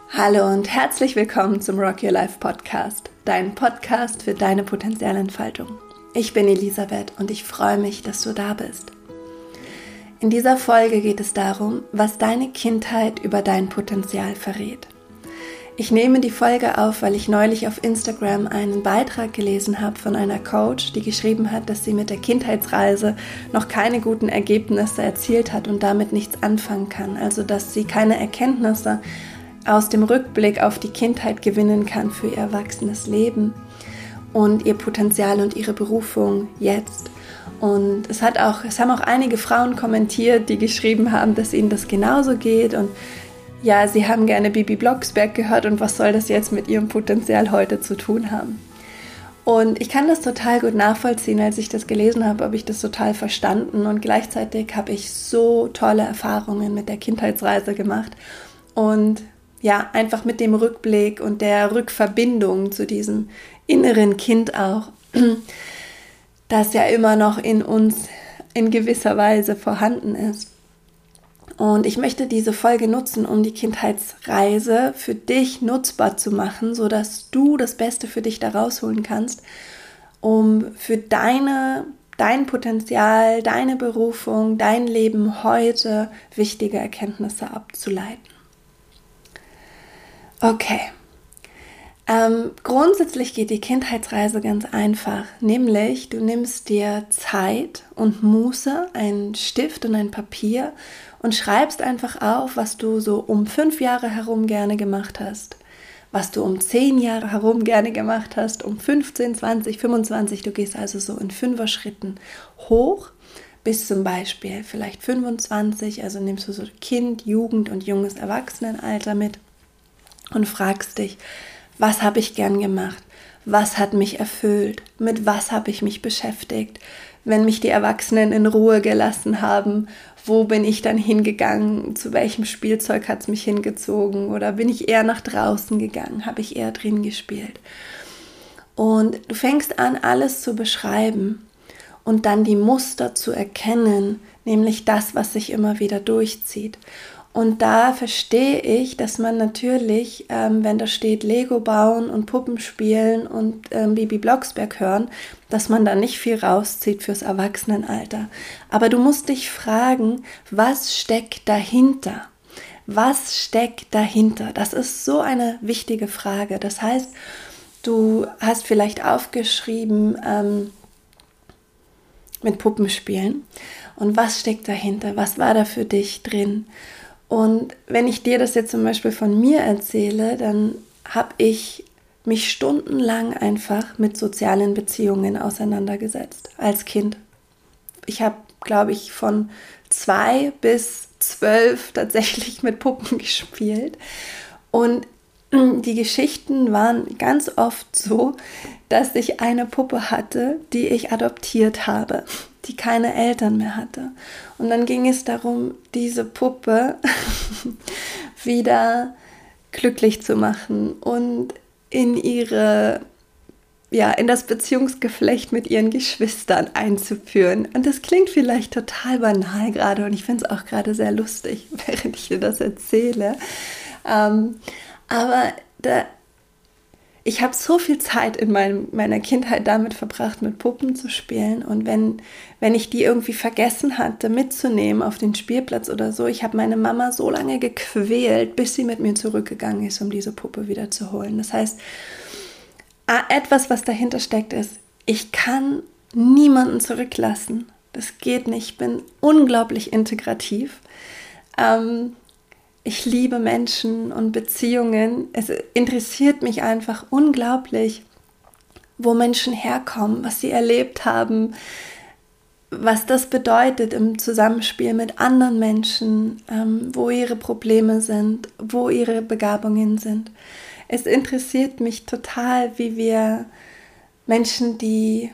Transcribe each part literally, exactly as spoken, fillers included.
Hallo und herzlich willkommen zum Rock Your Life Podcast, dein Podcast für deine Potenzialentfaltung. Ich bin Elisabeth und ich freue mich, dass du da bist. In dieser Folge geht es darum, was deine Kindheit über dein Potenzial verrät. Ich nehme die Folge auf, weil ich neulich auf Instagram einen Beitrag gelesen habe von einer Coach, die geschrieben hat, dass sie mit der Kindheitsreise noch keine guten Ergebnisse erzielt hat und damit nichts anfangen kann. Also, dass sie keine Erkenntnisse aus dem Rückblick auf die Kindheit gewinnen kann für ihr erwachsenes Leben und ihr Potenzial und ihre Berufung jetzt. Und es hat auch, es haben auch einige Frauen kommentiert, die geschrieben haben, dass ihnen das genauso geht und ja, sie haben gerne Bibi Blocksberg gehört und was soll das jetzt mit ihrem Potenzial heute zu tun haben? Und ich kann das total gut nachvollziehen. Als ich das gelesen habe, habe ich das total verstanden und gleichzeitig habe ich so tolle Erfahrungen mit der Kindheitsreise gemacht und ja, einfach mit dem Rückblick und der Rückverbindung zu diesem inneren Kind auch, das ja immer noch in uns in gewisser Weise vorhanden ist. Und ich möchte diese Folge nutzen, um die Kindheitsreise für dich nutzbar zu machen, sodass du das Beste für dich da rausholen kannst, um für deine, dein Potenzial, deine Berufung, dein Leben heute wichtige Erkenntnisse abzuleiten. Okay, ähm, grundsätzlich geht die Kindheitsreise ganz einfach, nämlich du nimmst dir Zeit und Muße, einen Stift und ein Papier und schreibst einfach auf, was du so um fünf Jahre herum gerne gemacht hast, was du um zehn Jahre herum gerne gemacht hast, um fünfzehn, zwanzig, fünfundzwanzig, du gehst also so in Fünfer-Schritten hoch, bis zum Beispiel vielleicht fünfundzwanzig, also nimmst du so Kind, Jugend und junges Erwachsenenalter mit. Und fragst dich, was habe ich gern gemacht? Was hat mich erfüllt? Mit was habe ich mich beschäftigt? Wenn mich die Erwachsenen in Ruhe gelassen haben, wo bin ich dann hingegangen? Zu welchem Spielzeug hat es mich hingezogen? Oder bin ich eher nach draußen gegangen? Habe ich eher drin gespielt? Und du fängst an, alles zu beschreiben und dann die Muster zu erkennen, nämlich das, was sich immer wieder durchzieht. Und da verstehe ich, dass man natürlich, ähm, wenn da steht Lego bauen und Puppen spielen und ähm, Bibi Blocksberg hören, dass man da nicht viel rauszieht fürs Erwachsenenalter. Aber du musst dich fragen, was steckt dahinter? Was steckt dahinter? Das ist so eine wichtige Frage. Das heißt, du hast vielleicht aufgeschrieben ähm, mit Puppenspielen. Und was steckt dahinter? Was war da für dich drin? Und wenn ich dir das jetzt zum Beispiel von mir erzähle, dann habe ich mich stundenlang einfach mit sozialen Beziehungen auseinandergesetzt als Kind. Ich habe, glaube ich, von zwei bis zwölf tatsächlich mit Puppen gespielt. Und die Geschichten waren ganz oft so, dass ich eine Puppe hatte, die ich adoptiert habe, die keine Eltern mehr hatte. Und dann ging es darum, diese Puppe wieder glücklich zu machen und in ihre, ja, in das Beziehungsgeflecht mit ihren Geschwistern einzuführen. Und das klingt vielleicht total banal gerade und ich finde es auch gerade sehr lustig, während ich dir das erzähle. Ähm, aber da Ich habe so viel Zeit in meinem, meiner Kindheit damit verbracht, mit Puppen zu spielen. Und wenn, wenn ich die irgendwie vergessen hatte, mitzunehmen auf den Spielplatz oder so, ich habe meine Mama so lange gequält, bis sie mit mir zurückgegangen ist, um diese Puppe wieder zu holen. Das heißt, etwas, was dahinter steckt, ist, ich kann niemanden zurücklassen. Das geht nicht. Ich bin unglaublich integrativ. Ähm, Ich liebe Menschen und Beziehungen. Es interessiert mich einfach unglaublich, wo Menschen herkommen, was sie erlebt haben, was das bedeutet im Zusammenspiel mit anderen Menschen, ähm, wo ihre Probleme sind, wo ihre Begabungen sind. Es interessiert mich total, wie wir Menschen, die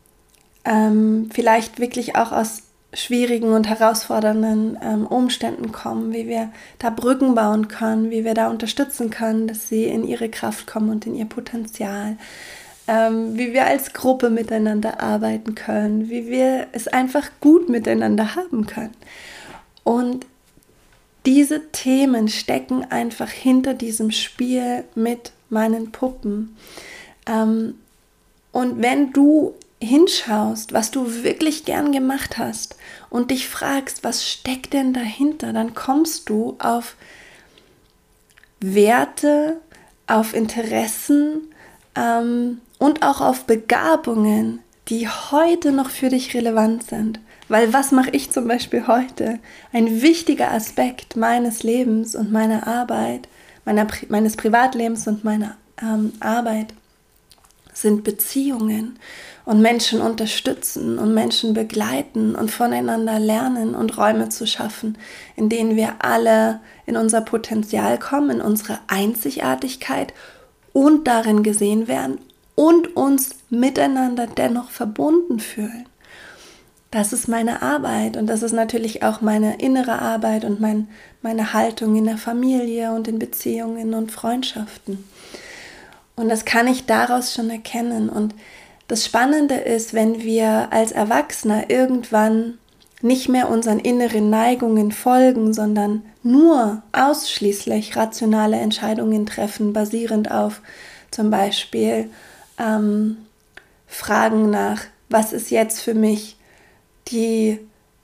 ähm, vielleicht wirklich auch aus schwierigen und herausfordernden ähm, Umständen kommen, wie wir da Brücken bauen können, wie wir da unterstützen können, dass sie in ihre Kraft kommen und in ihr Potenzial, ähm, wie wir als Gruppe miteinander arbeiten können, wie wir es einfach gut miteinander haben können. Und diese Themen stecken einfach hinter diesem Spiel mit meinen Puppen. Ähm, und wenn du hinschaust, was du wirklich gern gemacht hast und dich fragst, was steckt denn dahinter, dann kommst du auf Werte, auf Interessen ähm, und auch auf Begabungen, die heute noch für dich relevant sind. Weil was mache ich zum Beispiel heute? Ein wichtiger Aspekt meines Lebens und meiner Arbeit, meiner, meines Privatlebens und meiner ähm, Arbeit sind Beziehungen und Menschen unterstützen und Menschen begleiten und voneinander lernen und Räume zu schaffen, in denen wir alle in unser Potenzial kommen, in unsere Einzigartigkeit und darin gesehen werden und uns miteinander dennoch verbunden fühlen. Das ist meine Arbeit und das ist natürlich auch meine innere Arbeit und mein, meine Haltung in der Familie und in Beziehungen und Freundschaften. Und das kann ich daraus schon erkennen. Und das Spannende ist, wenn wir als Erwachsener irgendwann nicht mehr unseren inneren Neigungen folgen, sondern nur ausschließlich rationale Entscheidungen treffen, basierend auf zum Beispiel ähm, Fragen nach, was ist jetzt für mich die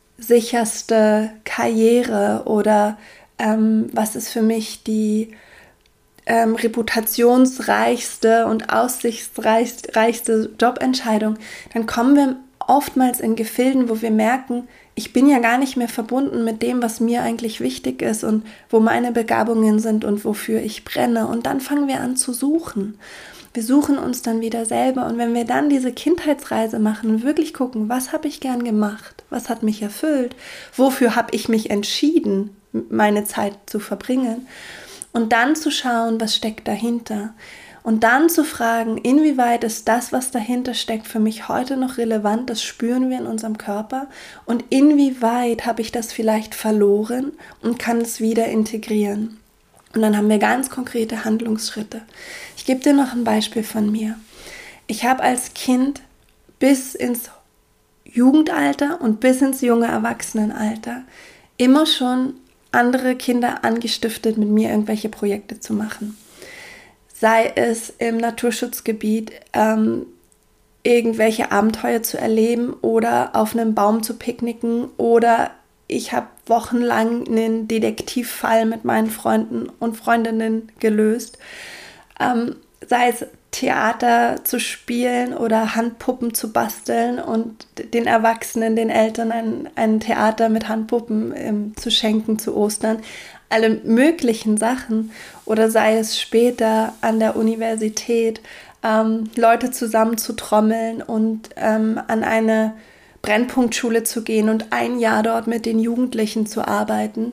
sicherste Karriere oder ähm, was ist für mich die ähm, reputationsreichste und aussichtsreichste Jobentscheidung, dann kommen wir oftmals in Gefilden, wo wir merken, ich bin ja gar nicht mehr verbunden mit dem, was mir eigentlich wichtig ist und wo meine Begabungen sind und wofür ich brenne. Und dann fangen wir an zu suchen. Wir suchen uns dann wieder selber und wenn wir dann diese Kindheitsreise machen und wirklich gucken, was habe ich gern gemacht, was hat mich erfüllt, wofür habe ich mich entschieden, meine Zeit zu verbringen und dann zu schauen, was steckt dahinter und dann zu fragen, inwieweit ist das, was dahinter steckt, für mich heute noch relevant, das spüren wir in unserem Körper und inwieweit habe ich das vielleicht verloren und kann es wieder integrieren. Und dann haben wir ganz konkrete Handlungsschritte. Ich gebe dir noch ein Beispiel von mir. Ich habe als Kind bis ins Jugendalter und bis ins junge Erwachsenenalter immer schon andere Kinder angestiftet, mit mir irgendwelche Projekte zu machen. Sei es im Naturschutzgebiet, ähm, irgendwelche Abenteuer zu erleben oder auf einem Baum zu picknicken oder ich habe wochenlang einen Detektivfall mit meinen Freunden und Freundinnen gelöst. Ähm, sei es Theater zu spielen oder Handpuppen zu basteln und den Erwachsenen, den Eltern ein, ein Theater mit Handpuppen ähm, zu schenken zu Ostern. Alle möglichen Sachen. Oder sei es später an der Universität, ähm, Leute zusammenzutrommeln und ähm, an eine Brennpunktschule zu gehen und ein Jahr dort mit den Jugendlichen zu arbeiten.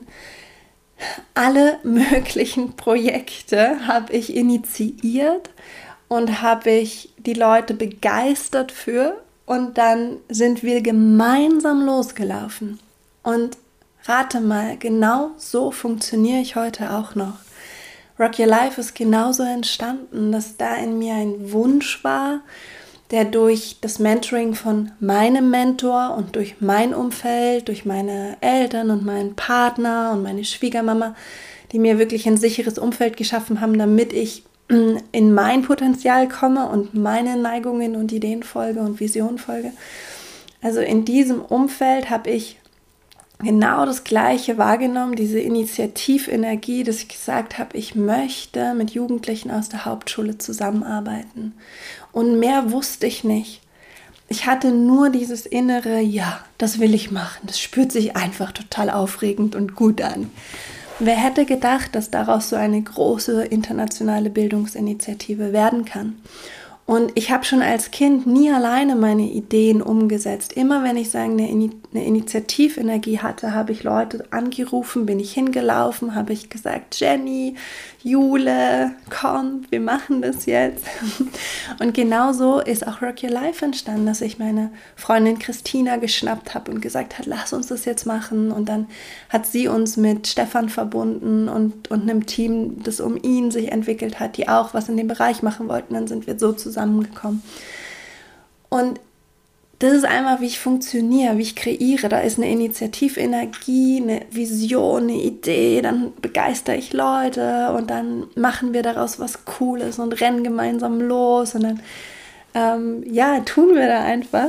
Alle möglichen Projekte habe ich initiiert und habe ich die Leute begeistert für und dann sind wir gemeinsam losgelaufen. Und rate mal, genau so funktioniere ich heute auch noch. Rock Your Life ist genauso entstanden, dass da in mir ein Wunsch war, der durch das Mentoring von meinem Mentor und durch mein Umfeld, durch meine Eltern und meinen Partner und meine Schwiegermama, die mir wirklich ein sicheres Umfeld geschaffen haben, damit ich in mein Potenzial komme und meine Neigungen und Ideen folge und Visionen folge. Also in diesem Umfeld habe ich genau das Gleiche wahrgenommen, diese Initiativenergie, dass ich gesagt habe, ich möchte mit Jugendlichen aus der Hauptschule zusammenarbeiten. Und mehr wusste ich nicht. Ich hatte nur dieses innere, ja, das will ich machen. Das spürt sich einfach total aufregend und gut an. Wer hätte gedacht, dass daraus so eine große internationale Bildungsinitiative werden kann? Und ich habe schon als Kind nie alleine meine Ideen umgesetzt. Immer wenn ich sagen, eine, In- eine Initiativenergie hatte, habe ich Leute angerufen, bin ich hingelaufen, habe ich gesagt, Jenny, Jule, komm, wir machen das jetzt. Und genau so ist auch Rock Your Life entstanden, dass ich meine Freundin Christina geschnappt habe und gesagt hat, lass uns das jetzt machen. Und dann hat sie uns mit Stefan verbunden und, und einem Team, das um ihn sich entwickelt hat, die auch was in dem Bereich machen wollten. Dann sind wir so zusammengekommen. Und das ist einmal, wie ich funktioniere, wie ich kreiere. Da ist eine Initiativenergie, eine Vision, eine Idee, dann begeistere ich Leute und dann machen wir daraus was Cooles und rennen gemeinsam los und dann, ähm, ja, tun wir da einfach.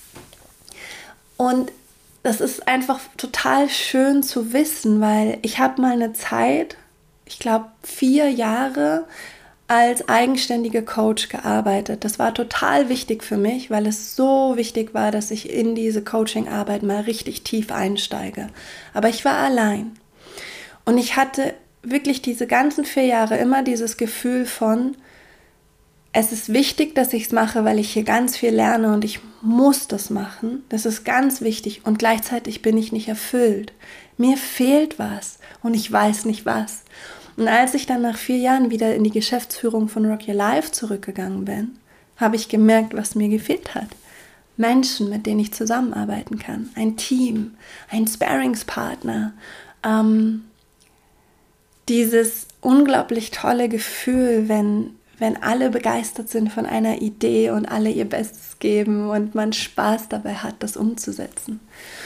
Und das ist einfach total schön zu wissen, weil ich habe mal eine Zeit, ich glaube vier Jahre, als eigenständige Coach gearbeitet. Das war total wichtig für mich, weil es so wichtig war, dass ich in diese Coaching-Arbeit mal richtig tief einsteige. Aber ich war allein. Und ich hatte wirklich diese ganzen vier Jahre immer dieses Gefühl von, es ist wichtig, dass ich es mache, weil ich hier ganz viel lerne und ich muss das machen. Das ist ganz wichtig und gleichzeitig bin ich nicht erfüllt. Mir fehlt was und ich weiß nicht was. Und als ich dann nach vier Jahren wieder in die Geschäftsführung von Rock Your Life zurückgegangen bin, habe ich gemerkt, was mir gefehlt hat. Menschen, mit denen ich zusammenarbeiten kann. Ein Team, ein Sparringspartner. Ähm, dieses unglaublich tolle Gefühl, wenn, wenn alle begeistert sind von einer Idee und alle ihr Bestes geben und man Spaß dabei hat, das umzusetzen.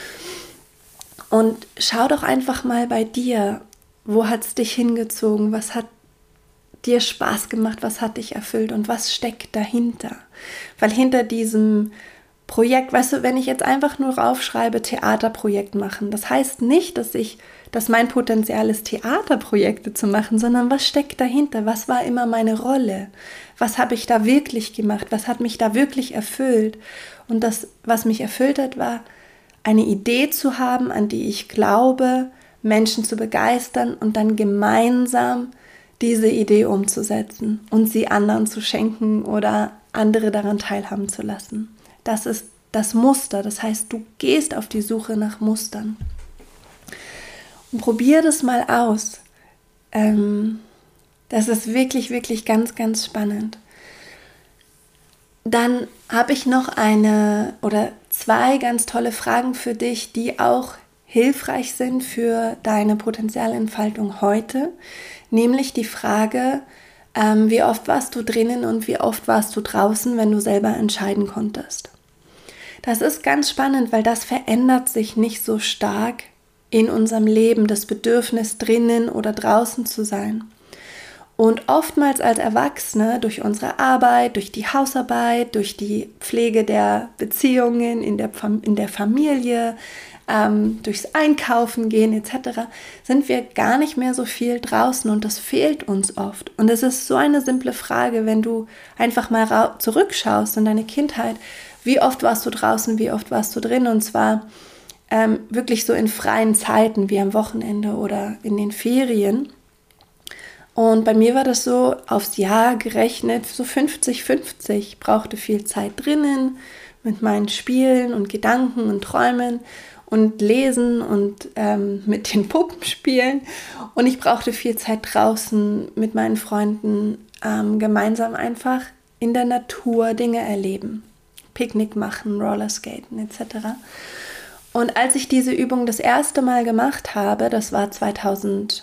Und schau doch einfach mal bei dir, wo hat es dich hingezogen? Was hat dir Spaß gemacht? Was hat dich erfüllt? Und was steckt dahinter? Weil hinter diesem Projekt, weißt du, wenn ich jetzt einfach nur raufschreibe, Theaterprojekt machen, das heißt nicht, dass ich, dass mein Potenzial ist, Theaterprojekte zu machen, sondern was steckt dahinter? Was war immer meine Rolle? Was habe ich da wirklich gemacht? Was hat mich da wirklich erfüllt? Und das, was mich erfüllt hat, war eine Idee zu haben, an die ich glaube, Menschen zu begeistern und dann gemeinsam diese Idee umzusetzen und sie anderen zu schenken oder andere daran teilhaben zu lassen. Das ist das Muster, das heißt, du gehst auf die Suche nach Mustern. Und probier das mal aus. Ähm, das ist wirklich, wirklich ganz, ganz spannend. Dann habe ich noch eine oder zwei ganz tolle Fragen für dich, die auch hilfreich sind für deine Potenzialentfaltung heute, nämlich die Frage, ähm, wie oft warst du drinnen und wie oft warst du draußen, wenn du selber entscheiden konntest. Das ist ganz spannend, weil das verändert sich nicht so stark in unserem Leben, das Bedürfnis drinnen oder draußen zu sein. Und oftmals als Erwachsene durch unsere Arbeit, durch die Hausarbeit, durch die Pflege der Beziehungen in der, Fam- in der Familie, ähm, durchs Einkaufen gehen et cetera, sind wir gar nicht mehr so viel draußen und das fehlt uns oft. Und es ist so eine simple Frage, wenn du einfach mal ra- zurückschaust in deine Kindheit, wie oft warst du draußen, wie oft warst du drin, und zwar ähm, wirklich so in freien Zeiten, wie am Wochenende oder in den Ferien. Und bei mir war das so aufs Jahr gerechnet, so fünfzig fünfzig. Ich brauchte viel Zeit drinnen mit meinen Spielen und Gedanken und Träumen und Lesen und ähm, mit den Puppen spielen. Und ich brauchte viel Zeit draußen mit meinen Freunden, ähm, gemeinsam einfach in der Natur Dinge erleben. Picknick machen, Rollerskaten et cetera. Und als ich diese Übung das erste Mal gemacht habe, das war zweitausendelf,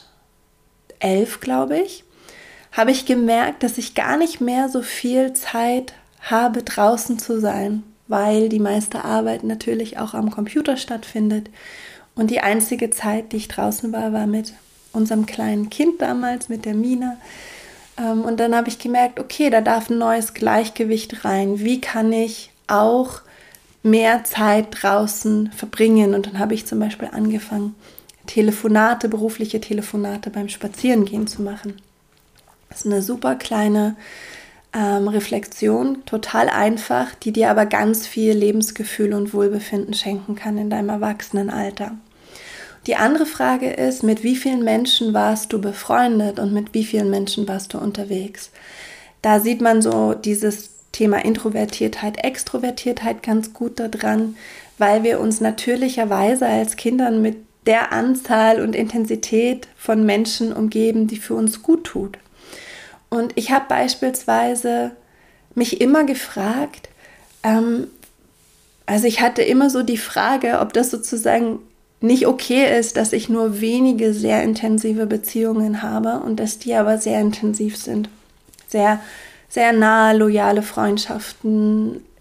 glaube ich, habe ich gemerkt, dass ich gar nicht mehr so viel Zeit habe, draußen zu sein, weil die meiste Arbeit natürlich auch am Computer stattfindet. Und die einzige Zeit, die ich draußen war, war mit unserem kleinen Kind damals, mit der Mina. Und dann habe ich gemerkt, okay, da darf ein neues Gleichgewicht rein. Wie kann ich auch mehr Zeit draußen verbringen? Und dann habe ich zum Beispiel angefangen, Telefonate, berufliche Telefonate beim Spazierengehen zu machen. Das ist eine super kleine ähm, Reflexion, total einfach, die dir aber ganz viel Lebensgefühl und Wohlbefinden schenken kann in deinem Erwachsenenalter. Die andere Frage ist, mit wie vielen Menschen warst du befreundet und mit wie vielen Menschen warst du unterwegs? Da sieht man so dieses Thema Introvertiertheit, Extrovertiertheit ganz gut daran, weil wir uns natürlicherweise als Kindern mit der Anzahl und Intensität von Menschen umgeben, die für uns gut tut. Und ich habe beispielsweise mich immer gefragt, ähm, also ich hatte immer so die Frage, ob das sozusagen nicht okay ist, dass ich nur wenige sehr intensive Beziehungen habe und dass die aber sehr intensiv sind. Sehr, sehr nahe, loyale Freundschaften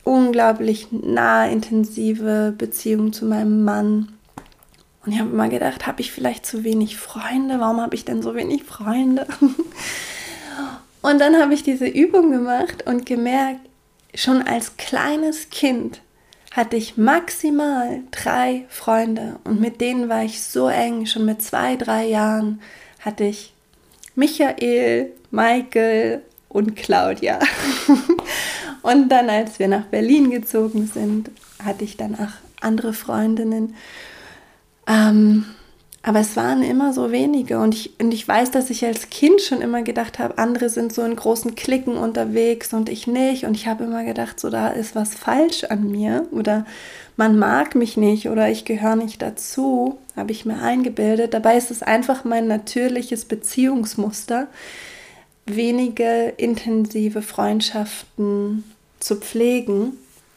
unglaublich nahe, intensive Beziehung zu meinem Mann. Und ich habe immer gedacht, habe ich vielleicht zu wenig Freunde? Warum habe ich denn so wenig Freunde? Und dann habe ich diese Übung gemacht und gemerkt, schon als kleines Kind hatte ich maximal drei Freunde. Und mit denen war ich so eng. Schon mit zwei, drei Jahren hatte ich Michael, Michael und Claudia. Und dann, als wir nach Berlin gezogen sind, hatte ich dann auch andere Freundinnen. Ähm, aber es waren immer so wenige. Und ich, und ich weiß, dass ich als Kind schon immer gedacht habe, andere sind so in großen Cliquen unterwegs und ich nicht. Und ich habe immer gedacht, so da ist was falsch an mir. Oder man mag mich nicht oder ich gehöre nicht dazu, habe ich mir eingebildet. Dabei ist es einfach mein natürliches Beziehungsmuster, wenige intensive Freundschaften zu pflegen.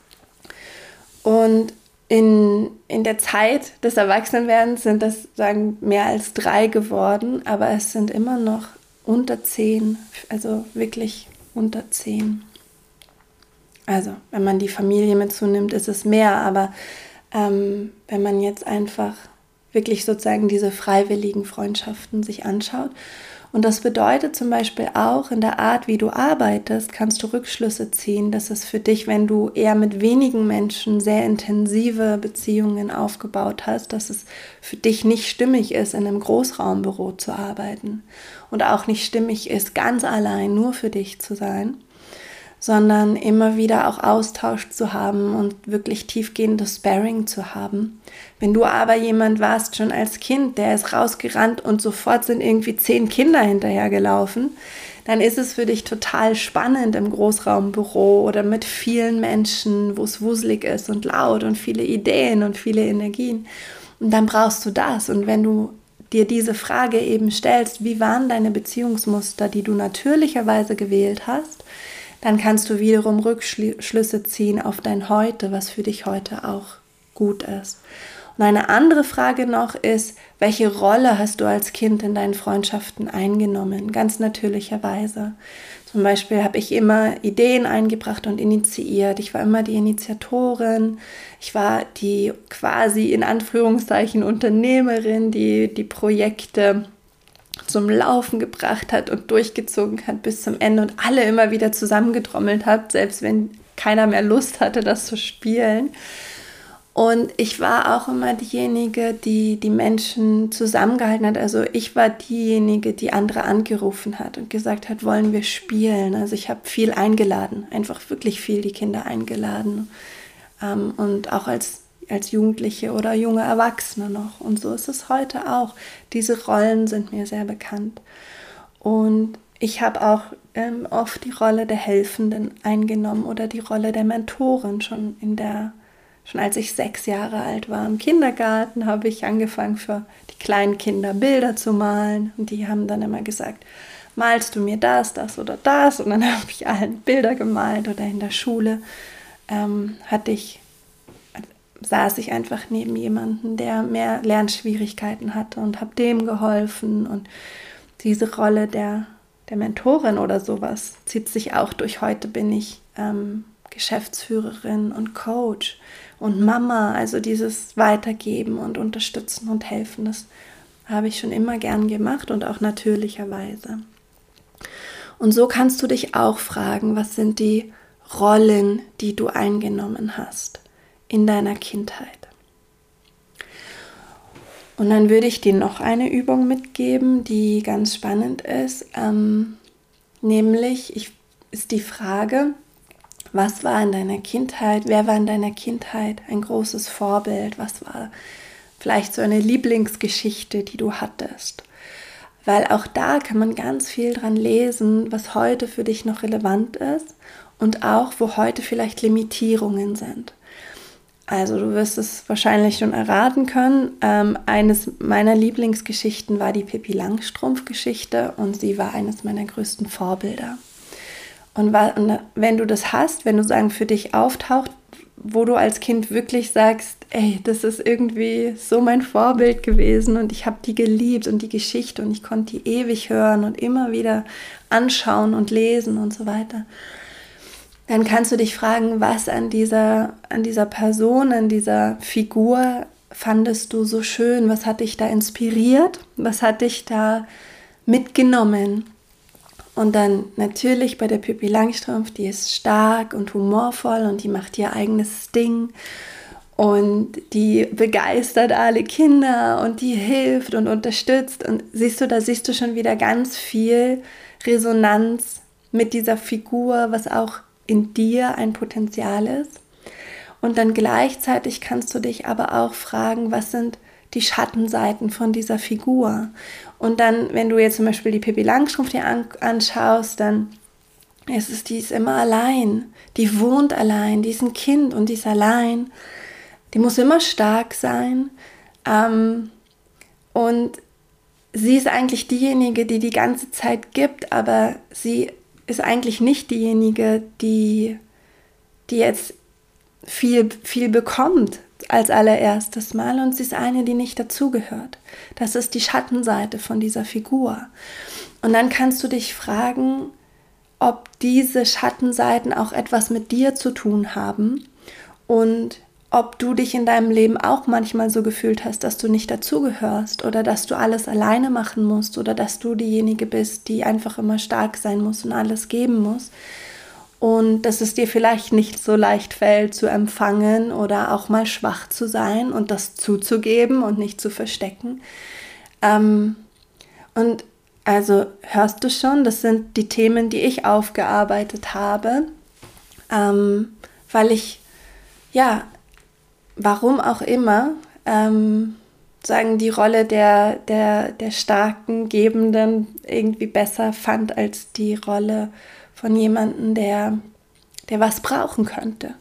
Und in, in der Zeit des Erwachsenwerdens sind das, sagen, mehr als drei geworden, aber es sind immer noch unter zehn, also wirklich unter zehn. Also, wenn man die Familie mit zunimmt, ist es mehr, aber ähm, wenn man jetzt einfach wirklich sozusagen diese freiwilligen Freundschaften sich anschaut. Und das bedeutet zum Beispiel auch, in der Art, wie du arbeitest, kannst du Rückschlüsse ziehen, dass es für dich, wenn du eher mit wenigen Menschen sehr intensive Beziehungen aufgebaut hast, dass es für dich nicht stimmig ist, in einem Großraumbüro zu arbeiten und auch nicht stimmig ist, ganz allein nur für dich zu sein, sondern immer wieder auch Austausch zu haben und wirklich tiefgehendes Sparring zu haben. Wenn du aber jemand warst, schon als Kind, der ist rausgerannt und sofort sind irgendwie zehn Kinder hinterhergelaufen, dann ist es für dich total spannend im Großraumbüro oder mit vielen Menschen, wo es wuselig ist und laut und viele Ideen und viele Energien. Und dann brauchst du das. Und wenn du dir diese Frage eben stellst, wie waren deine Beziehungsmuster, die du natürlicherweise gewählt hast, dann kannst du wiederum Rückschlüsse ziehen auf dein Heute, was für dich heute auch gut ist. Und eine andere Frage noch ist, welche Rolle hast du als Kind in deinen Freundschaften eingenommen? Ganz natürlicherweise. Zum Beispiel habe ich immer Ideen eingebracht und initiiert. Ich war immer die Initiatorin. Ich war die quasi in Anführungszeichen Unternehmerin, die die Projekte zum Laufen gebracht hat und durchgezogen hat bis zum Ende und alle immer wieder zusammengetrommelt hat, selbst wenn keiner mehr Lust hatte, das zu spielen. Und ich war auch immer diejenige, die die Menschen zusammengehalten hat. Also ich war diejenige, die andere angerufen hat und gesagt hat, wollen wir spielen? Also ich habe viel eingeladen, einfach wirklich viel die Kinder eingeladen. Und auch als als Jugendliche oder junge Erwachsene noch. Und so ist es heute auch. Diese Rollen sind mir sehr bekannt. Und ich habe auch ähm, oft die Rolle der Helfenden eingenommen oder die Rolle der Mentorin. Schon in der, schon als ich sechs Jahre alt war im Kindergarten, habe ich angefangen, für die kleinen Kinder Bilder zu malen. Und die haben dann immer gesagt, malst du mir das, das oder das? Und dann habe ich allen Bilder gemalt. Oder in der Schule ähm, hatte ich saß ich einfach neben jemanden, der mehr Lernschwierigkeiten hatte und habe dem geholfen. Und diese Rolle der, der Mentorin oder sowas zieht sich auch durch. Heute bin ich ähm, Geschäftsführerin und Coach und Mama. Also dieses Weitergeben und Unterstützen und Helfen, das habe ich schon immer gern gemacht und auch natürlicherweise. Und so kannst du dich auch fragen, was sind die Rollen, die du eingenommen hast in deiner Kindheit. Und dann würde ich dir noch eine Übung mitgeben, die ganz spannend ist. Ähm, nämlich ich, ist die Frage, was war in deiner Kindheit, wer war in deiner Kindheit ein großes Vorbild, was war vielleicht so eine Lieblingsgeschichte, die du hattest. Weil auch da kann man ganz viel dran lesen, was heute für dich noch relevant ist und auch, wo heute vielleicht Limitierungen sind. Also du wirst es wahrscheinlich schon erraten können. Ähm, eines meiner Lieblingsgeschichten war die Pippi Langstrumpf-Geschichte und sie war eines meiner größten Vorbilder. Und, war, und wenn du das hast, wenn du sagen, für dich auftaucht, wo du als Kind wirklich sagst, ey, das ist irgendwie so mein Vorbild gewesen und ich habe die geliebt und die Geschichte und ich konnte die ewig hören und immer wieder anschauen und lesen und so weiter, dann kannst du dich fragen, was an dieser, an dieser Person, an dieser Figur fandest du so schön? Was hat dich da inspiriert? Was hat dich da mitgenommen? Und dann natürlich bei der Pippi Langstrumpf, die ist stark und humorvoll und die macht ihr eigenes Ding und die begeistert alle Kinder und die hilft und unterstützt. Und siehst du, da siehst du schon wieder ganz viel Resonanz mit dieser Figur, was auch in dir ein Potenzial ist. Und dann gleichzeitig kannst du dich aber auch fragen, was sind die Schattenseiten von dieser Figur? Und dann, wenn du jetzt zum Beispiel die Pippi Langstrumpf dir an, anschaust, dann ist es, die ist immer allein. Die wohnt allein, die ist ein Kind und die ist allein. Die muss immer stark sein. Ähm, und sie ist eigentlich diejenige, die die ganze Zeit gibt, aber sie ist eigentlich nicht diejenige, die, die jetzt viel, viel bekommt als allererstes Mal, und sie ist eine, die nicht dazugehört. Das ist die Schattenseite von dieser Figur. Und dann kannst du dich fragen, ob diese Schattenseiten auch etwas mit dir zu tun haben und ob du dich in deinem Leben auch manchmal so gefühlt hast, dass du nicht dazugehörst oder dass du alles alleine machen musst oder dass du diejenige bist, die einfach immer stark sein muss und alles geben muss. Und dass es dir vielleicht nicht so leicht fällt zu empfangen oder auch mal schwach zu sein und das zuzugeben und nicht zu verstecken. Ähm, und also hörst du schon, das sind die Themen, die ich aufgearbeitet habe, ähm, weil ich, ja, warum auch immer, ähm, sagen, die Rolle der, der, der starken Gebenden irgendwie besser fand als die Rolle von jemandem, der, der was brauchen könnte.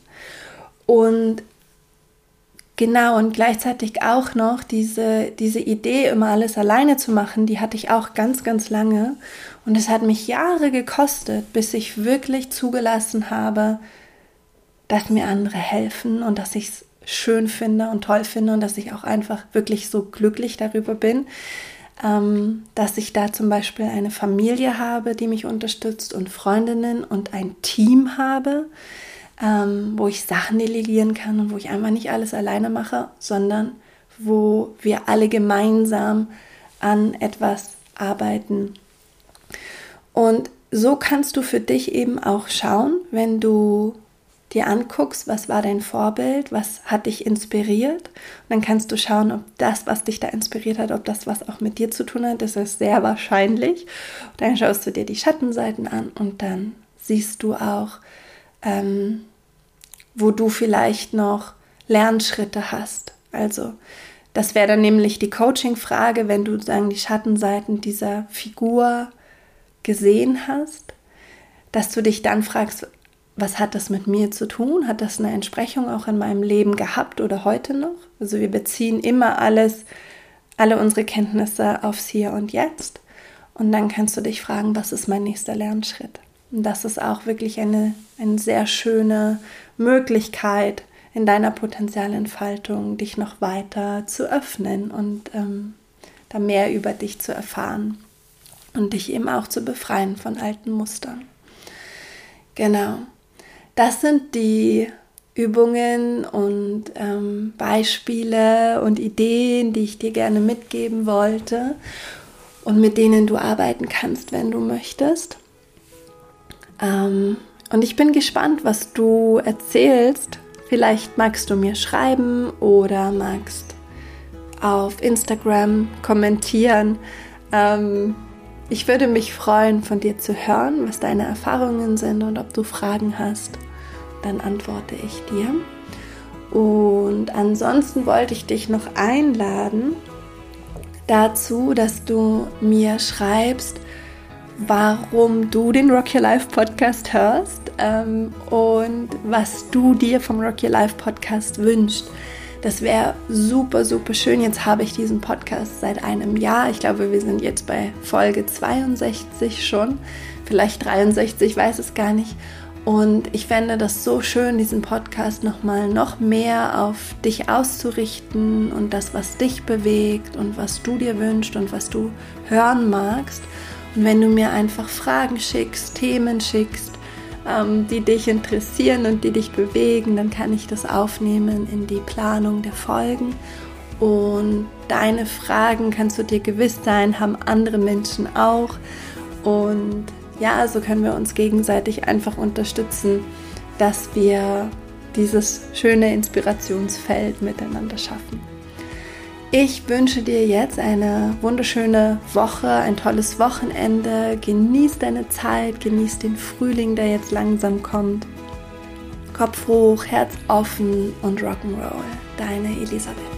Und genau, und gleichzeitig auch noch diese, diese Idee, immer alles alleine zu machen, die hatte ich auch ganz, ganz lange. Und es hat mich Jahre gekostet, bis ich wirklich zugelassen habe, dass mir andere helfen und dass ich es schön finde und toll finde und dass ich auch einfach wirklich so glücklich darüber bin, ähm, dass ich da zum Beispiel eine Familie habe, die mich unterstützt und Freundinnen und ein Team habe, ähm, wo ich Sachen delegieren kann und wo ich einfach nicht alles alleine mache, sondern wo wir alle gemeinsam an etwas arbeiten. Und so kannst du für dich eben auch schauen, wenn du dir anguckst, was war dein Vorbild, was hat dich inspiriert. Und dann kannst du schauen, ob das, was dich da inspiriert hat, ob das was auch mit dir zu tun hat. Das ist sehr wahrscheinlich. Und dann schaust du dir die Schattenseiten an und dann siehst du auch, ähm, wo du vielleicht noch Lernschritte hast. Also das wäre dann nämlich die Coaching-Frage, wenn du sagen, die Schattenseiten dieser Figur gesehen hast, dass du dich dann fragst, was hat das mit mir zu tun? Hat das eine Entsprechung auch in meinem Leben gehabt oder heute noch? Also wir beziehen immer alles, alle unsere Kenntnisse aufs Hier und Jetzt. Und dann kannst du dich fragen, was ist mein nächster Lernschritt? Und das ist auch wirklich eine, eine sehr schöne Möglichkeit in deiner Potenzialentfaltung, dich noch weiter zu öffnen und ähm, da mehr über dich zu erfahren und dich eben auch zu befreien von alten Mustern. Genau. Das sind die Übungen und ähm, Beispiele und Ideen, die ich dir gerne mitgeben wollte und mit denen du arbeiten kannst, wenn du möchtest. Ähm, und ich bin gespannt, was du erzählst. Vielleicht magst du mir schreiben oder magst auf Instagram kommentieren. Ähm, ich würde mich freuen, von dir zu hören, was deine Erfahrungen sind und ob du Fragen hast. Dann antworte ich dir. Und ansonsten wollte ich dich noch einladen dazu, dass du mir schreibst, warum du den Rock Your Life Podcast hörst ähm, und was du dir vom Rock Your Life Podcast wünschst. Das wäre super, super schön. Jetzt habe ich diesen Podcast seit einem Jahr. Ich glaube, wir sind jetzt bei Folge zweiundsechzig schon, vielleicht dreiundsechzig, ich weiß es gar nicht. Und ich fände das so schön, diesen Podcast nochmal noch mehr auf dich auszurichten und das, was dich bewegt und was du dir wünschst und was du hören magst. Und wenn du mir einfach Fragen schickst, Themen schickst, ähm, die dich interessieren und die dich bewegen, dann kann ich das aufnehmen in die Planung der Folgen. Und deine Fragen, kannst du dir gewiss sein, haben andere Menschen auch. Und ja, so können wir uns gegenseitig einfach unterstützen, dass wir dieses schöne Inspirationsfeld miteinander schaffen. Ich wünsche dir jetzt eine wunderschöne Woche, ein tolles Wochenende. Genieß deine Zeit, genieß den Frühling, der jetzt langsam kommt. Kopf hoch, Herz offen und Rock'n'Roll. Deine Elisabeth.